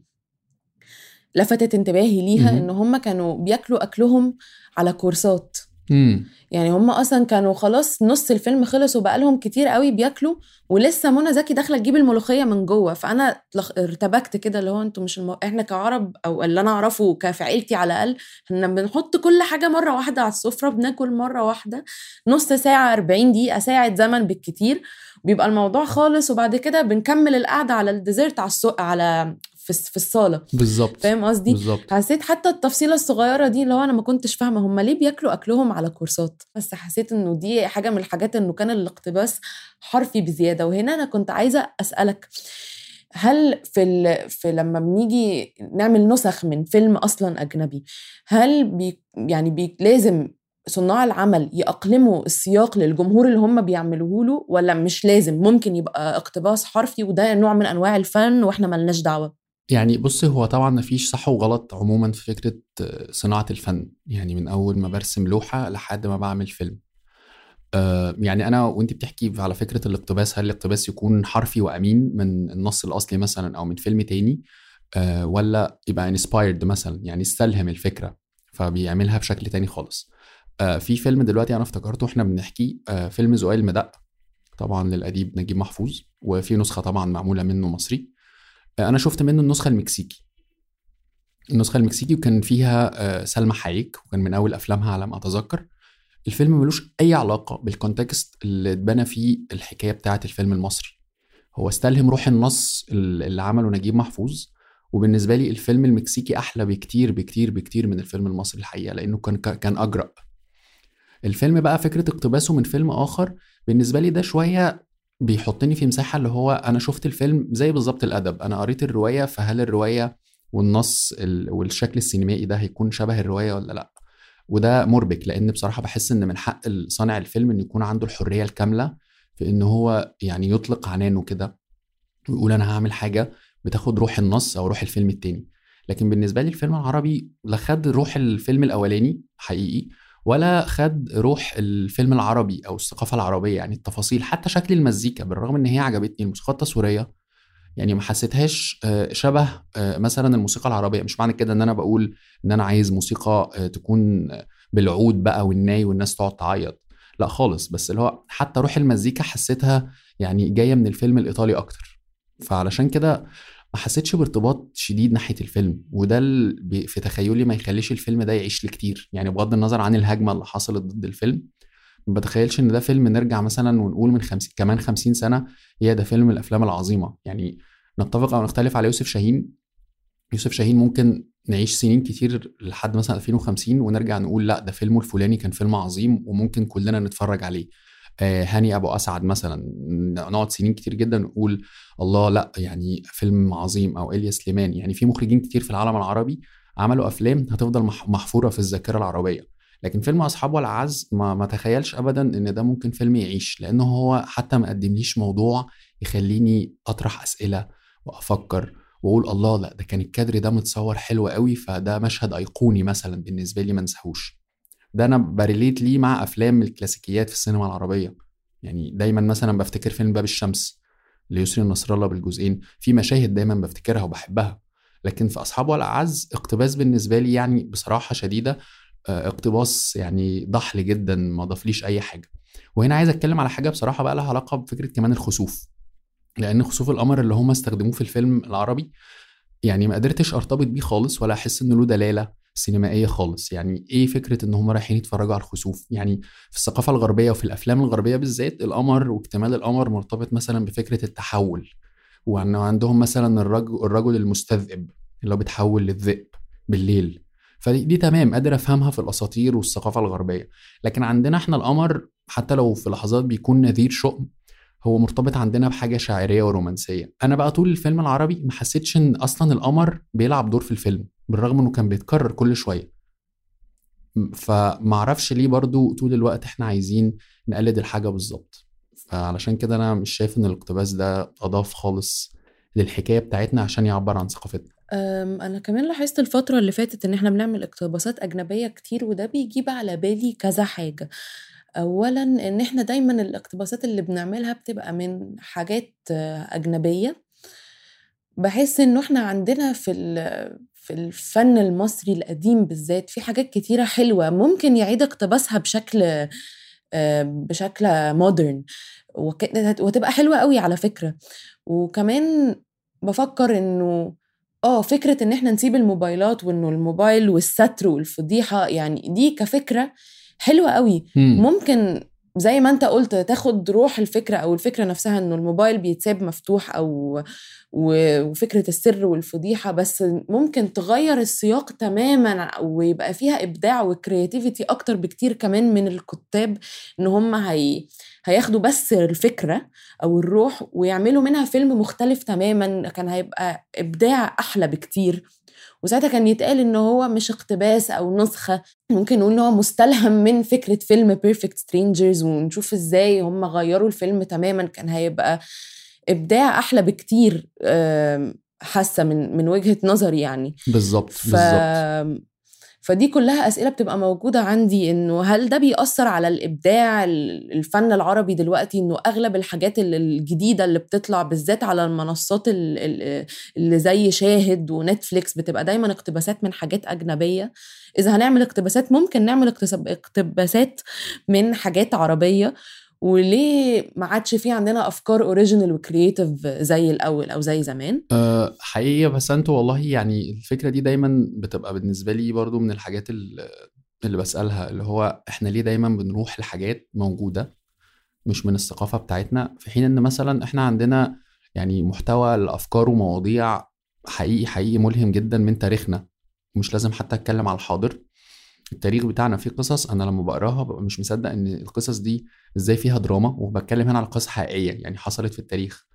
Speaker 2: لفتت انتباهي ليها إن هم كانوا بياكلوا أكلهم على كورسات. يعني هم اصلا كانوا خلاص نص الفيلم خلص وبقالهم كتير قوي بياكلوا، ولسه منى زكي داخله تجيب الملوخيه من جوه. فانا ارتبكت كده، اللي هو انتوا مش احنا كعرب، او اللي انا اعرفه في عيلتي على الاقل، احنا بنحط كل حاجه مره واحده على السفره، بناكل مره واحده نص ساعه 40 دقيقه ساعه زمن بالكتير، بيبقى الموضوع خالص، وبعد كده بنكمل القعده على الديزرت على في الصاله.
Speaker 3: بالظبط،
Speaker 2: فاهم قصدي؟
Speaker 3: بالظبط.
Speaker 2: حسيت حتى التفصيله الصغيره دي اللي هو انا ما كنتش فاهمه هم ليه بياكلوا اكلهم على كورسات، بس حسيت انه دي حاجه من الحاجات انه كان الاقتباس حرفي بزياده. وهنا انا كنت عايزه اسالك، هل في لما بنيجي نعمل نسخ من فيلم اصلا اجنبي، هل لازم صناع العمل يأقلموا السياق للجمهور اللي هم بيعملوه له، ولا مش لازم، ممكن يبقى اقتباس حرفي وده نوع من انواع الفن واحنا ملناش دعوه؟
Speaker 3: يعني بص، هو طبعا مفيش صح وغلط عموما في فكرة صناعة الفن، يعني من أول ما برسم لوحة لحد ما بعمل فيلم. يعني أنا وأنت بتحكي على فكرة الاقتباس، هل الاقتباس يكون حرفي وأمين من النص الأصلي مثلا أو من فيلم تاني، ولا يبقى inspired مثلا، يعني استلهم الفكرة فبيعملها بشكل تاني خالص. في فيلم دلوقتي أنا افتكرته إحنا بنحكي، فيلم زقاق المدق، طبعا للأديب نجيب محفوظ، وفي نسخة طبعا معمولة منه مصري. انا شفت منه النسخه المكسيكي وكان فيها سلمى حايك، وكان من اول افلامها على ما اتذكر. الفيلم ملوش اي علاقه بالكونتكست اللي اتبنى فيه الحكايه بتاعه الفيلم المصري، هو استلهم روح النص اللي عمله نجيب محفوظ. وبالنسبه لي الفيلم المكسيكي احلى بكتير بكتير بكتير من الفيلم المصري الحقيقه، لانه كان اجرأ. الفيلم بقى فكره اقتباسه من فيلم اخر بالنسبه لي ده شويه بيحطني في مساحة اللي هو أنا شفت الفيلم زي بالظبط الأدب، أنا قريت الرواية، فهل الرواية والنص والشكل السينمائي ده هيكون شبه الرواية ولا لأ؟ وده مربك، لأن بصراحة بحس إن من حق صانع الفيلم إن يكون عنده الحرية الكاملة في إن هو يعني يطلق عنانه كده ويقول أنا هعمل حاجة بتاخد روح النص أو روح الفيلم التاني. لكن بالنسبة لي الفيلم العربي لا خد روح الفيلم الأولاني حقيقي، ولا خد روح الفيلم العربي او الثقافه العربيه، يعني التفاصيل حتى شكل المزيكا، بالرغم ان هي عجبتني الموسيقى التصويريه، يعني ما حسيتهاش شبه مثلا الموسيقى العربيه. مش معنى كده ان انا بقول ان انا عايز موسيقى تكون بالعود بقى والناي والناس تقعد تعيط، لا خالص، بس اللي هو حتى روح المزيكا حسيتها يعني جايه من الفيلم الايطالي اكتر. فعلشان كده ما حسيتش بارتباط شديد ناحيه الفيلم، وده في تخيلي ما يخليش الفيلم ده يعيش لكتير. يعني بغض النظر عن الهجمه اللي حصلت ضد الفيلم، ما بتخيلش ان ده فيلم نرجع مثلا ونقول من كمان 50 سنه هي ده فيلم من الافلام العظيمه. يعني نتفق او نختلف على يوسف شاهين ممكن نعيش سنين كتير لحد مثلا 2050 ونرجع نقول لا ده فيلمه الفلاني كان فيلم عظيم وممكن كلنا نتفرج عليه. هاني أبو أسعد مثلا نقعد سنين كتير جدا نقول الله لا يعني فيلم عظيم، أو إليا سليمان. يعني في مخرجين كتير في العالم العربي عملوا أفلام هتفضل محفورة في الذاكرة العربية، لكن فيلم أصحاب والعز ما تخيلش أبدا إن ده ممكن فيلم يعيش، لأنه هو حتى ما قدمليش موضوع يخليني أطرح أسئلة وأفكر وأقول الله لا ده كان الكادر ده متصور حلو قوي فده مشهد أيقوني مثلا بالنسبة لي ما انساهوش. ده انا بريليت ليه مع افلام الكلاسيكيات في السينما العربيه. يعني دايما مثلا بفتكر فيلم باب الشمس ليسري النصر الله بالجزئين، في مشاهد دايما بفتكرها وبحبها. لكن في اصحاب والاعز اقتباس بالنسبه لي يعني بصراحه شديده، اقتباس يعني ضحل جدا ما ضافليش اي حاجه. وهنا عايز اتكلم على حاجه بصراحه بقى لها علاقه بفكره كمان الخسوف، لان خسوف القمر اللي هم استخدموه في الفيلم العربي يعني ما قدرتش ارتبط بيه خالص ولا احس انه له دلاله سينمائيه خالص. يعني ايه فكره ان هم رايحين يتفرجوا على الخسوف؟ يعني في الثقافه الغربيه وفي الافلام الغربيه بالذات القمر واكتمال القمر مرتبط مثلا بفكره التحول، وانه عندهم مثلا الرجل المستذئب اللي هو بيتحول للذئب بالليل. فدي تمام قادر افهمها في الاساطير والثقافه الغربيه، لكن عندنا احنا القمر حتى لو في لحظات بيكون نذير شؤم، هو مرتبط عندنا بحاجة شاعرية ورومانسية. أنا بقى طول الفيلم العربي ما حسيتش إن أصلا القمر بيلعب دور في الفيلم، بالرغم إنه كان بيتكرر كل شوية. فمعرفش ليه برضو طول الوقت إحنا عايزين نقلد الحاجة بالظبط. فعلشان كده أنا مش شايف إن الاقتباس ده أضاف خالص للحكاية بتاعتنا عشان يعبر عن ثقافتنا.
Speaker 2: أنا كمان لاحظت الفترة اللي فاتت إن إحنا بنعمل اقتباسات أجنبية كتير، وده بيجيب على بالي كذا حاجة. أولا إن إحنا دايما الاقتباسات اللي بنعملها بتبقى من حاجات أجنبية. بحس إنه إحنا عندنا في الفن المصري القديم بالذات في حاجات كتيرة حلوة ممكن يعيد اقتباسها بشكل مودرن، وتبقى حلوة قوي على فكرة. وكمان بفكر إنه فكرة إن إحنا نسيب الموبايلات، وإنه الموبايل والستر والفضيحة يعني دي كفكرة حلوة قوي. ممكن زي ما انت قلت تاخد روح الفكرة أو الفكرة نفسها إنه الموبايل بيتساب مفتوح وفكرة السر والفضيحة، بس ممكن تغير السياق تماما ويبقى فيها إبداع وكرياتيفيتي أكتر بكتير كمان من الكتاب، إن هم هياخدوا بس الفكرة أو الروح ويعملوا منها فيلم مختلف تماما. كان هيبقى إبداع أحلى بكتير. وساعتها كان يتقال إنه هو مش اقتباس أو نسخة، ممكن نقول إنه هو مستلهم من فكرة فيلم Perfect Strangers، ونشوف إزاي هم غيروا الفيلم تماماً. كان هيبقى إبداع أحلى بكتير، حاسة من وجهة نظري يعني.
Speaker 3: بالظبط.
Speaker 2: فدي كلها أسئلة بتبقى موجودة عندي، إنه هل ده بيأثر على الإبداع الفن العربي دلوقتي؟ إنه أغلب الحاجات الجديدة اللي بتطلع بالذات على المنصات اللي زي شاهد ونتفليكس بتبقى دايما اقتباسات من حاجات أجنبية. إذا هنعمل اقتباسات ممكن نعمل اقتباسات من حاجات عربية، وليه ما عادش في عندنا أفكار أوريجينال وكرياتيف زي الأول أو زي زمان؟
Speaker 3: حقيقة بس أنتوا والله يعني الفكرة دي دايما بتبقى بالنسبة لي برضو من الحاجات اللي بسألها، اللي هو إحنا ليه دايما بنروح لحاجات موجودة مش من الثقافة بتاعتنا، في حين إن مثلا إحنا عندنا يعني محتوى الأفكار ومواضيع حقيقي ملهم جدا من تاريخنا. مش لازم حتى أتكلم على الحاضر، التاريخ بتاعنا فيه قصص أنا لما بقراها ببقى مش مصدق إن القصص دي إزاي فيها دراما، وبتكلم هنا على قصص حقيقية يعني حصلت في التاريخ،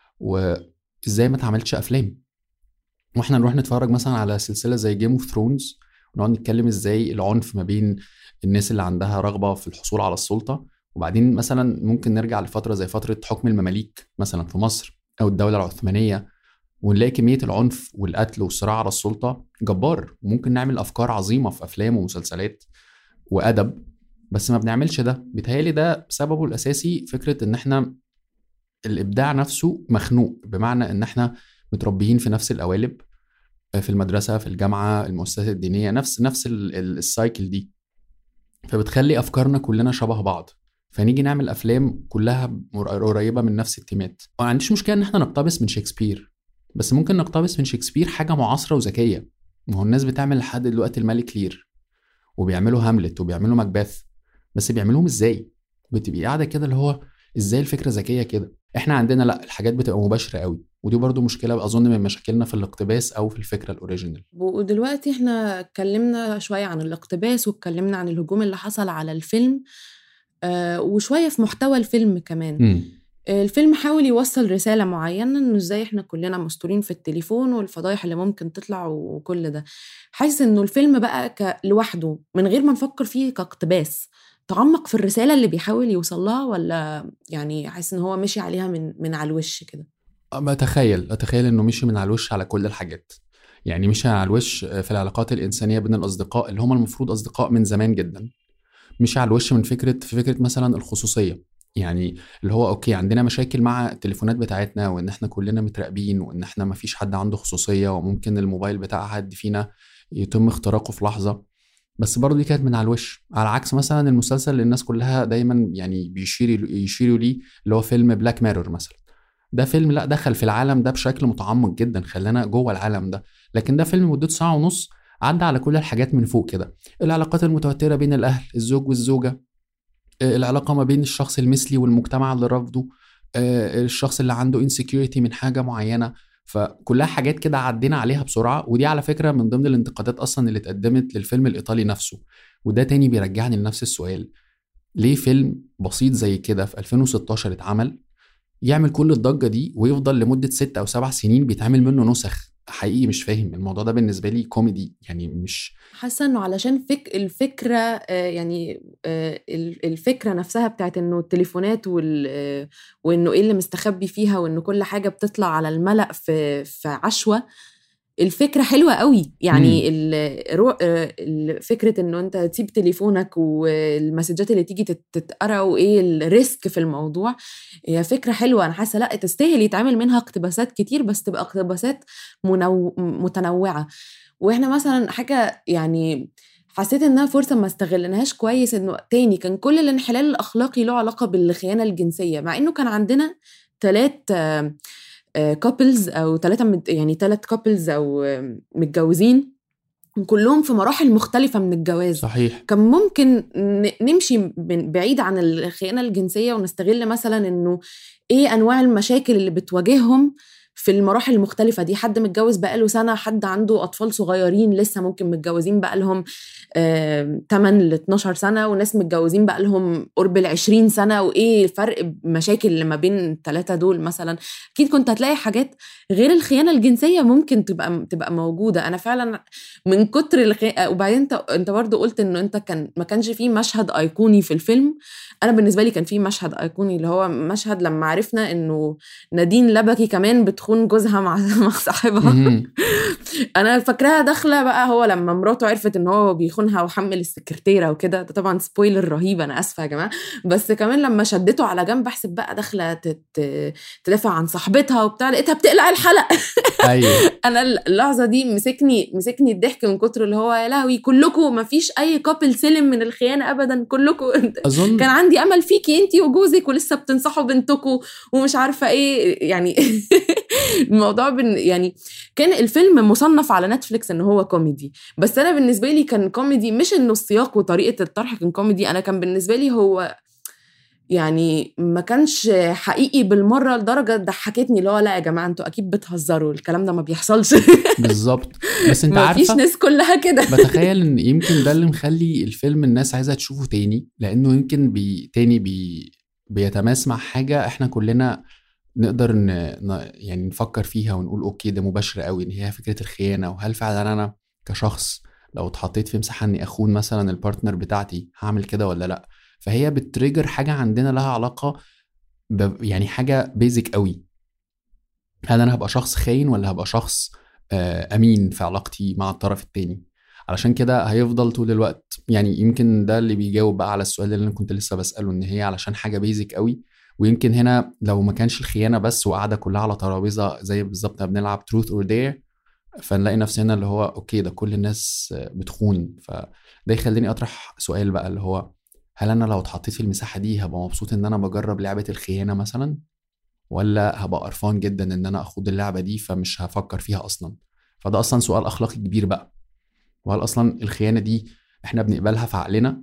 Speaker 3: وإزاي ما تعملتش أفلام. وإحنا نروح نتفرج مثلا على سلسلة زي Game of Thrones ونقعد نتكلم إزاي العنف ما بين الناس اللي عندها رغبة في الحصول على السلطة، وبعدين مثلا ممكن نرجع لفترة زي فترة حكم المماليك مثلا في مصر أو الدولة العثمانية، ونلاقي كمية العنف والقتل والصراع على السلطة جبار. وممكن نعمل أفكار عظيمة في أفلام ومسلسلات وأدب، بس ما بنعملش ده. بيتهيألي ده سببه الأساسي فكرة إن إحنا الإبداع نفسه مخنوق، بمعنى إن إحنا متربيين في نفس القوالب، في المدرسة في الجامعة المؤسسات الدينية، نفس السايكل دي، فبتخلي أفكارنا كلنا شبه بعض. فنيجي نعمل أفلام كلها قريبة من نفس التيمات. وما عنديش مشكلة إن إحنا نقتبس من شكسبير، بس ممكن نقتبس من شكسبير حاجة معاصرة وذكية. ما هو الناس بتعمل لحد دلوقتي الملك لير، وبيعملوا هاملت، وبيعملوا ماكبث، بس بيعملوهم ازاي؟ بتبقي قاعدة كده اللي هو ازاي الفكرة ذكية كده؟ احنا عندنا لا، الحاجات بتبقى مباشرة قوي، ودي برضو مشكلة أظن من مشاكلنا في الاقتباس أو في الفكرة الأوريجينال.
Speaker 2: ودلوقتي احنا اتكلمنا شوية عن الاقتباس، واتكلمنا عن الهجوم اللي حصل على الفيلم، وشوية في محتوى الفيلم كمان. الفيلم حاول يوصل رسالة معينة، انه ازاي احنا كلنا مستورين في التليفون والفضايح اللي ممكن تطلع وكل ده. حاسس انه الفيلم بقى لوحده من غير ما نفكر فيه كاقتباس تعمق في الرسالة اللي بيحاول يوصلها، ولا يعني حاسس ان هو مشي عليها من على الوش كده؟
Speaker 3: أتخيل انه مشي من على الوش على كل الحاجات. يعني مشي على الوش في العلاقات الإنسانية بين الأصدقاء اللي هم المفروض أصدقاء من زمان جدا. مشي على الوش في فكرة مثلا الخصوصية، يعني اللي هو اوكي عندنا مشاكل مع التليفونات بتاعتنا، وان احنا كلنا متراقبين، وان احنا ما فيش حد عنده خصوصية، وممكن الموبايل بتاع حد فينا يتم اختراقه في لحظة. بس برضو دي كانت من على الوش، على عكس مثلا المسلسل اللي الناس كلها دايما يعني يشيروا ليه، اللي هو فيلم بلاك ميرور مثلا. ده فيلم لا دخل في العالم ده بشكل متعمق جدا، خلانا جوه العالم ده. لكن ده فيلم مدته 1.5 ساعة عدى على كل الحاجات من فوق كده، العلاقات المتوترة بين الأهل، الزوج والزوجة، العلاقة ما بين الشخص المثلي والمجتمع اللي رفضه، الشخص اللي عنده insecurity من حاجة معينة. فكلها حاجات كده عدينا عليها بسرعة. ودي على فكرة من ضمن الانتقادات أصلا اللي اتقدمت للفيلم الإيطالي نفسه. وده تاني بيرجعني لنفس السؤال، ليه فيلم بسيط زي كده في 2016 اتعمل يعمل كل الضجة دي ويفضل لمدة 6 أو 7 سنين بيتعمل منه نسخ. حقيقي مش فاهم الموضوع ده، بالنسبة لي كوميدي يعني، مش
Speaker 2: حاسه انه علشان الفكره يعني الفكره نفسها بتاعت انه التليفونات وانه ايه اللي مستخبي فيها، وانه كل حاجه بتطلع على الملأ في عشوة. الفكرة حلوة قوي يعني. فكرة انه انت تسيب تليفونك والمسجات اللي تيجي تتقرأ وايه الريسك في الموضوع، هي فكرة حلوة. انا حاسة لا تستاهل يتعمل منها اقتباسات كتير، بس تبقى اقتباسات متنوعة. واحنا مثلا حاجة يعني حسيت انها فرصة ما استغلناهاش كويس، انه تاني كان كل الانحلال الاخلاقي له علاقة بالخيانة الجنسية، مع انه كان عندنا 3 كابلز او 3 كابلز او متجوزين كلهم في مراحل مختلفة من الجواز.
Speaker 3: صحيح.
Speaker 2: كان ممكن نمشي بعيد عن الخيانة الجنسية ونستغل مثلا انه ايه انواع المشاكل اللي بتواجههم في المراحل المختلفة دي. حد متجوز بقاله سنة، حد عنده أطفال صغيرين لسه ممكن متجوزين بقالهم 8 ل 12 سنة، وناس متجوزين بقالهم قرب 20 سنة، وإيه فرق مشاكل اللي ما بين الثلاثة دول مثلا. أكيد كنت هتلاقي حاجات غير الخيانة الجنسية ممكن تبقى موجودة. أنا فعلا من كتر وبعدين أنت برضو قلت إنه أنت ما كانش فيه مشهد أيقوني في الفيلم. أنا بالنسبة لي كان فيه مشهد أيقوني، اللي هو مشهد لما عرفنا إنه نادين لبكي كمان بتخون جوزها مع صاحبها. انا فاكراها داخله بقى، هو لما مراته عرفت ان هو بيخونها وحمل السكرتيره وكده، ده طبعا سبويلر رهيب، انا اسفه يا جماعه، بس كمان لما شدته على جنب احسب بقى داخله تدافع عن صاحبتها وبتاع، لقيتها بتقلع الحلق.
Speaker 3: ايوه.
Speaker 2: انا اللحظه دي مسكني الضحك من كتر اللي هو يا لهوي، كلكم ما فيش اي كابل سلم من الخيانه ابدا، كلكم
Speaker 3: أظن
Speaker 2: كان عندي امل فيكي انتي وجوزك ولسه بتنصحوا بنتكم ومش عارفه ايه يعني. الموضوع يعني كان الفيلم مصنف على نتفليكس ان هو كوميدي، بس انا بالنسبه لي كان كوميدي، مش انه السياق وطريقه الطرح كان كوميدي. انا كان بالنسبه لي هو يعني ما كانش حقيقي بالمره لدرجه ضحكتني، اللي هو لا يا جماعه انتوا اكيد بتهزروا، الكلام ده ما بيحصلش.
Speaker 3: بالظبط. بس انت
Speaker 2: عارفه مفيش ناس كلها كده.
Speaker 3: بتخيل ان يمكن ده اللي مخلي الفيلم الناس عايزه تشوفه تاني، لانه يمكن بيتماس مع حاجه احنا كلنا نقدر يعني نفكر فيها ونقول اوكي ده مباشر قوي، ان هي فكره الخيانه. وهل فعلا انا كشخص لو اتحطيت في مساحه اني اخون مثلا البارتنر بتاعتي هعمل كده ولا لا؟ فهي بتريجر حاجه عندنا لها علاقه يعني حاجه بيزك قوي. هل انا هبقى شخص خاين ولا هبقى شخص امين في علاقتي مع الطرف التاني؟ علشان كده هيفضل طول الوقت يعني. يمكن ده اللي بيجاوب بقى على السؤال اللي انا كنت لسه بسأله، ان هي علشان حاجة بيزك قوي. ويمكن هنا لو ما كانش الخيانة بس وقاعدة كلها على ترابيزة زي بالظبط بنلعب truth or dare، فنلاقي نفسنا اللي هو اوكي ده كل الناس بتخون. فده يخليني اطرح سؤال بقى، اللي هو هل انا لو اتحطيت في المساحة دي هبقى مبسوط ان انا بجرب لعبة الخيانة مثلا، ولا هبقى قرفان جدا ان انا اخوض اللعبة دي فمش هفكر فيها اصلا؟ فده اصلا سؤال اخلاقي كبير بقى. وهل اصلا الخيانة دي احنا بنقبلها في عقلنا،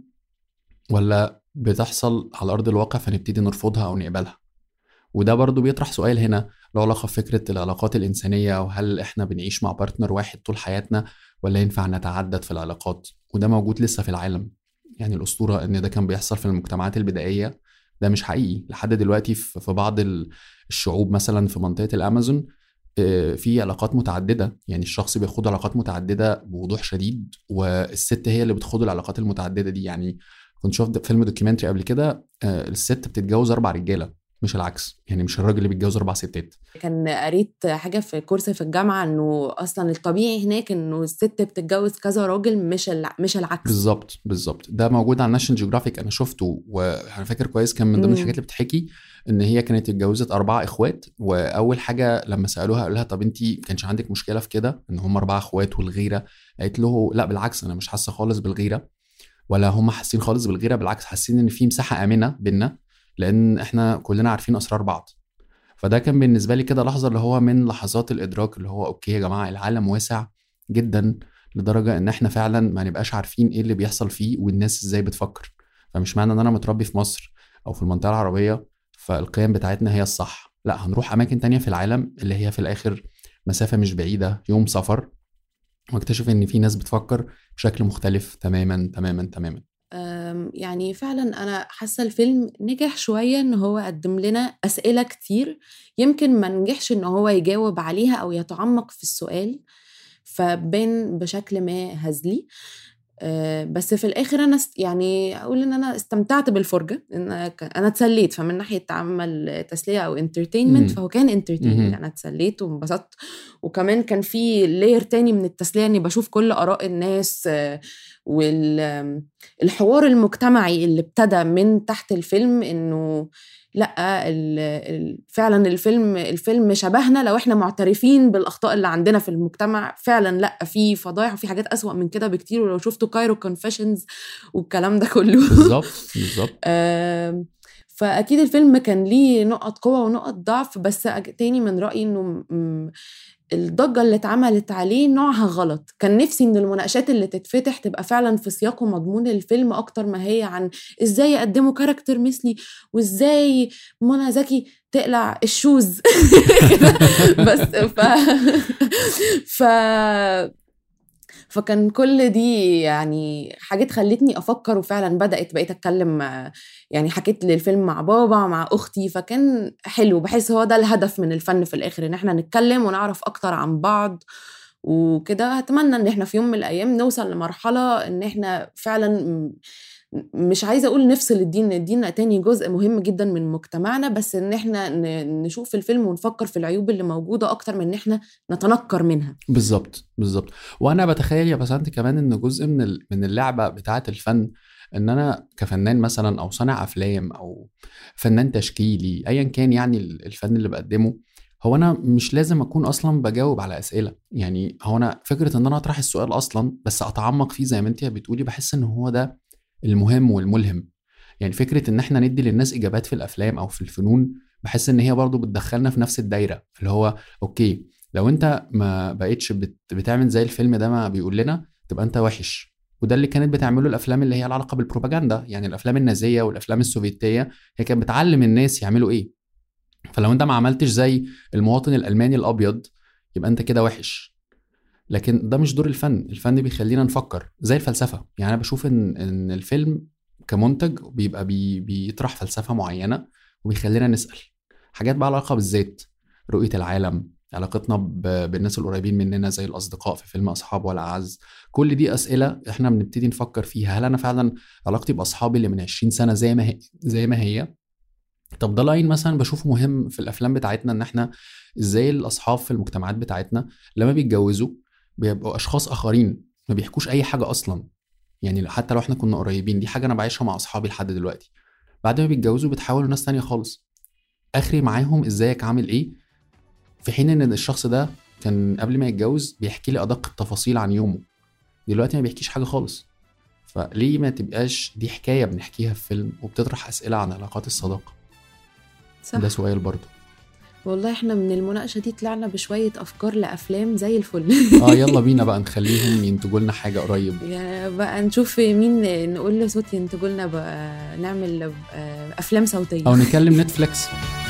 Speaker 3: ولا بتحصل على ارض الواقع فنبتدي نرفضها او نقبلها؟ وده برضو بيطرح سؤال هنا له علاقة بفكرة العلاقات الإنسانية، وهل إحنا بنعيش مع بارتنر واحد طول حياتنا ولا ينفع نتعدد في العلاقات؟ وده موجود لسه في العالم. يعني الأسطورة إن ده كان بيحصل في المجتمعات البدائية ده مش حقيقي لحد دلوقتي. في بعض الشعوب مثلا في منطقة الأمازون في علاقات متعددة، يعني الشخص بيخوض علاقات متعددة بوضوح شديد، والست هي اللي بتخوض العلاقات المتعددة دي. يعني كنت شفت فيلم دوكيومنتري قبل كده، الست بتتجوز 4 رجالة مش العكس، يعني مش الراجل اللي بيتجوز 4 ستات.
Speaker 2: كان قريت حاجة في كورس في الجامعة انه اصلا الطبيعي هناك انه الست بتتجوز كذا راجل، مش العكس.
Speaker 3: بالظبط ده موجود على ناشونال جيوغرافيك، انا شفته وانا فاكر كويس. كان من ضمن الحاجات اللي بتحكي ان هي كانت اتجوزت 4 اخوات، واول حاجة لما سألوها قالوا لها طب انتي كانش عندك مشكلة في كده ان هم 4 اخوات والغيرة؟ قالت له لا بالعكس، انا مش حاسة خالص بالغيرة، ولا هم حاسين خالص بالغيرة، بالعكس حاسين ان في مساحة آمنة بينا لان احنا كلنا عارفين اسرار بعض. فده كان بالنسبه لي كده لحظه اللي هو من لحظات الادراك، اللي هو اوكي يا جماعه العالم واسع جدا لدرجه ان احنا فعلا ما نبقاش عارفين ايه اللي بيحصل فيه والناس ازاي بتفكر. فمش معنى ان انا متربي في مصر او في المنطقه العربيه فالقيم بتاعتنا هي الصح، لا، هنروح اماكن تانية في العالم اللي هي في الاخر مسافه مش بعيده، يوم سفر، واكتشف ان في ناس بتفكر بشكل مختلف تماما تماما تماما.
Speaker 2: يعني فعلا أنا حاسة الفيلم نجح شوية إن هو قدم لنا أسئلة كتير يمكن ما نجحش إن هو يجاوب عليها أو يتعمق في السؤال، فبين بشكل ما هزلي. بس في الآخر أنا يعني أقول إن أنا استمتعت بالفرجة، إن أنا اتسليت، فمن ناحية عمل تسلية أو entertainment فهو كان entertainment، أنا اتسليت وانبسطت. وكمان كان في لاير تاني من التسلية إني بشوف كل آراء الناس، والحوار المجتمعي اللي ابتدى من تحت الفيلم، إنه لأ فعلا الفيلم شبهنا لو احنا معترفين بالأخطاء اللي عندنا في المجتمع. فعلا لأ في فضايح وفي حاجات أسوأ من كده بكتير، ولو شفتوا كايرو كونفيشنز والكلام ده كله
Speaker 3: بالظبط
Speaker 2: فأكيد الفيلم كان ليه نقط قوة ونقط ضعف، بس تاني من رأيي إنه الضجة اللي اتعملت عليه نوعها غلط. كان نفسي إن المناقشات اللي تتفتح تبقى فعلا في سياق ومضمون الفيلم أكتر ما هي عن إزاي يقدموا كاركتر مثلي وإزاي منى زكي تقلع الشوز بس فكان كل دي يعني حاجات خلتني أفكر، وفعلا بقيت أتكلم، يعني حكيت للفيلم مع بابا مع أختي، فكان حلو. بحس هو ده الهدف من الفن في الآخر، إن احنا نتكلم ونعرف أكتر عن بعض وكده. أتمنى إن احنا في يوم من الأيام نوصل لمرحلة إن احنا فعلا، مش عايزة أقول نفصل الدين تاني جزء مهم جدا من مجتمعنا، بس إن احنا نشوف الفيلم ونفكر في العيوب اللي موجودة أكتر من إن احنا نتنكر منها.
Speaker 3: بالظبط. وأنا بتخيل يا بسنت كمان إن جزء من اللعبة بتاعة الفن، إن أنا كفنان مثلا أو صانع أفلام أو فنان تشكيلي أيا كان، يعني الفن اللي بقدمه، هو أنا مش لازم أكون أصلا بجاوب على أسئلة. يعني هو أنا فكرة إن أنا أطرح السؤال أصلا بس أتعمق فيه زي ما أنت بتقولي، بحس إن هو ده المهم والملهم. يعني فكرة ان احنا ندي للناس اجابات في الافلام او في الفنون، بحس ان هي برضو بتدخلنا في نفس الدايرة، اللي هو اوكي لو انت ما بقيتش بتعمل زي الفيلم ده ما بيقول لنا، تبقى انت وحش. وده اللي كانت بتعمله الافلام اللي هي العلاقة بالبروباجندا، يعني الافلام النازية والافلام السوفيتية، هي كانت بتعلم الناس يعملوا ايه. فلو انت ما عملتش زي المواطن الالماني الابيض يبقى انت كده وحش. لكن ده مش دور الفن بيخلينا نفكر زي الفلسفة. يعني أنا بشوف إن الفيلم كمنتج بيبقى بيطرح فلسفة معينة، وبيخلينا نسأل حاجات بقى علاقة بالذات، رؤية العالم، علاقتنا بالناس القريبين مننا زي الأصدقاء في فيلم أصحاب ولا أعز. كل دي أسئلة إحنا بنبتدي نفكر فيها. هل أنا فعلا علاقتي بأصحابي اللي من 20 سنة زي ما هي؟ طب ده لاين مثلا بشوفه مهم في الأفلام بتاعتنا، إن إحنا إزاي الأصحاب في المجتمعات بتاعتنا لما بيتجوزوا بيبقوا أشخاص آخرين، ما بيحكوش أي حاجة أصلا. يعني حتى لو إحنا كنا قريبين، دي حاجة أنا بعيشها مع أصحابي لحد دلوقتي، بعد ما بيتجوزوا بيتحولوا ناس تانية خالص. آخري معاهم إزيك عامل إيه، في حين إن الشخص ده كان قبل ما يتجوز بيحكي لي أدق التفاصيل عن يومه، دلوقتي ما بيحكيش حاجة خالص. فليه ما تبقاش دي حكاية بنحكيها في فيلم وبتطرح أسئلة عن علاقات الصداقة؟ صح. ده سؤال برضو.
Speaker 2: والله احنا من المناقشة دي طلعنا بشوية أفكار لأفلام زي الفل.
Speaker 3: يلا بينا بقى نخليهم ينتجوا لنا حاجة قريب.
Speaker 2: يعني بقى نشوف مين نقول له صوت ينتجوا لنا، بقى نعمل أفلام صوتية
Speaker 3: أو نكلم نتفليكس.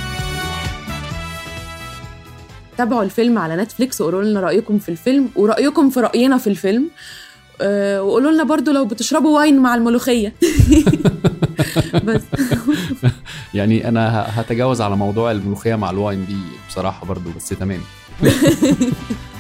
Speaker 2: تابعوا الفيلم على نتفليكس وقولوا لنا رأيكم في الفيلم ورأيكم في رأينا في الفيلم، وقولوا لنا برضو لو بتشربوا واين مع الملوخية. بس
Speaker 3: يعني أنا هتجاوز على موضوع الملوخية مع الواين دي بصراحة برضو، بس تمام.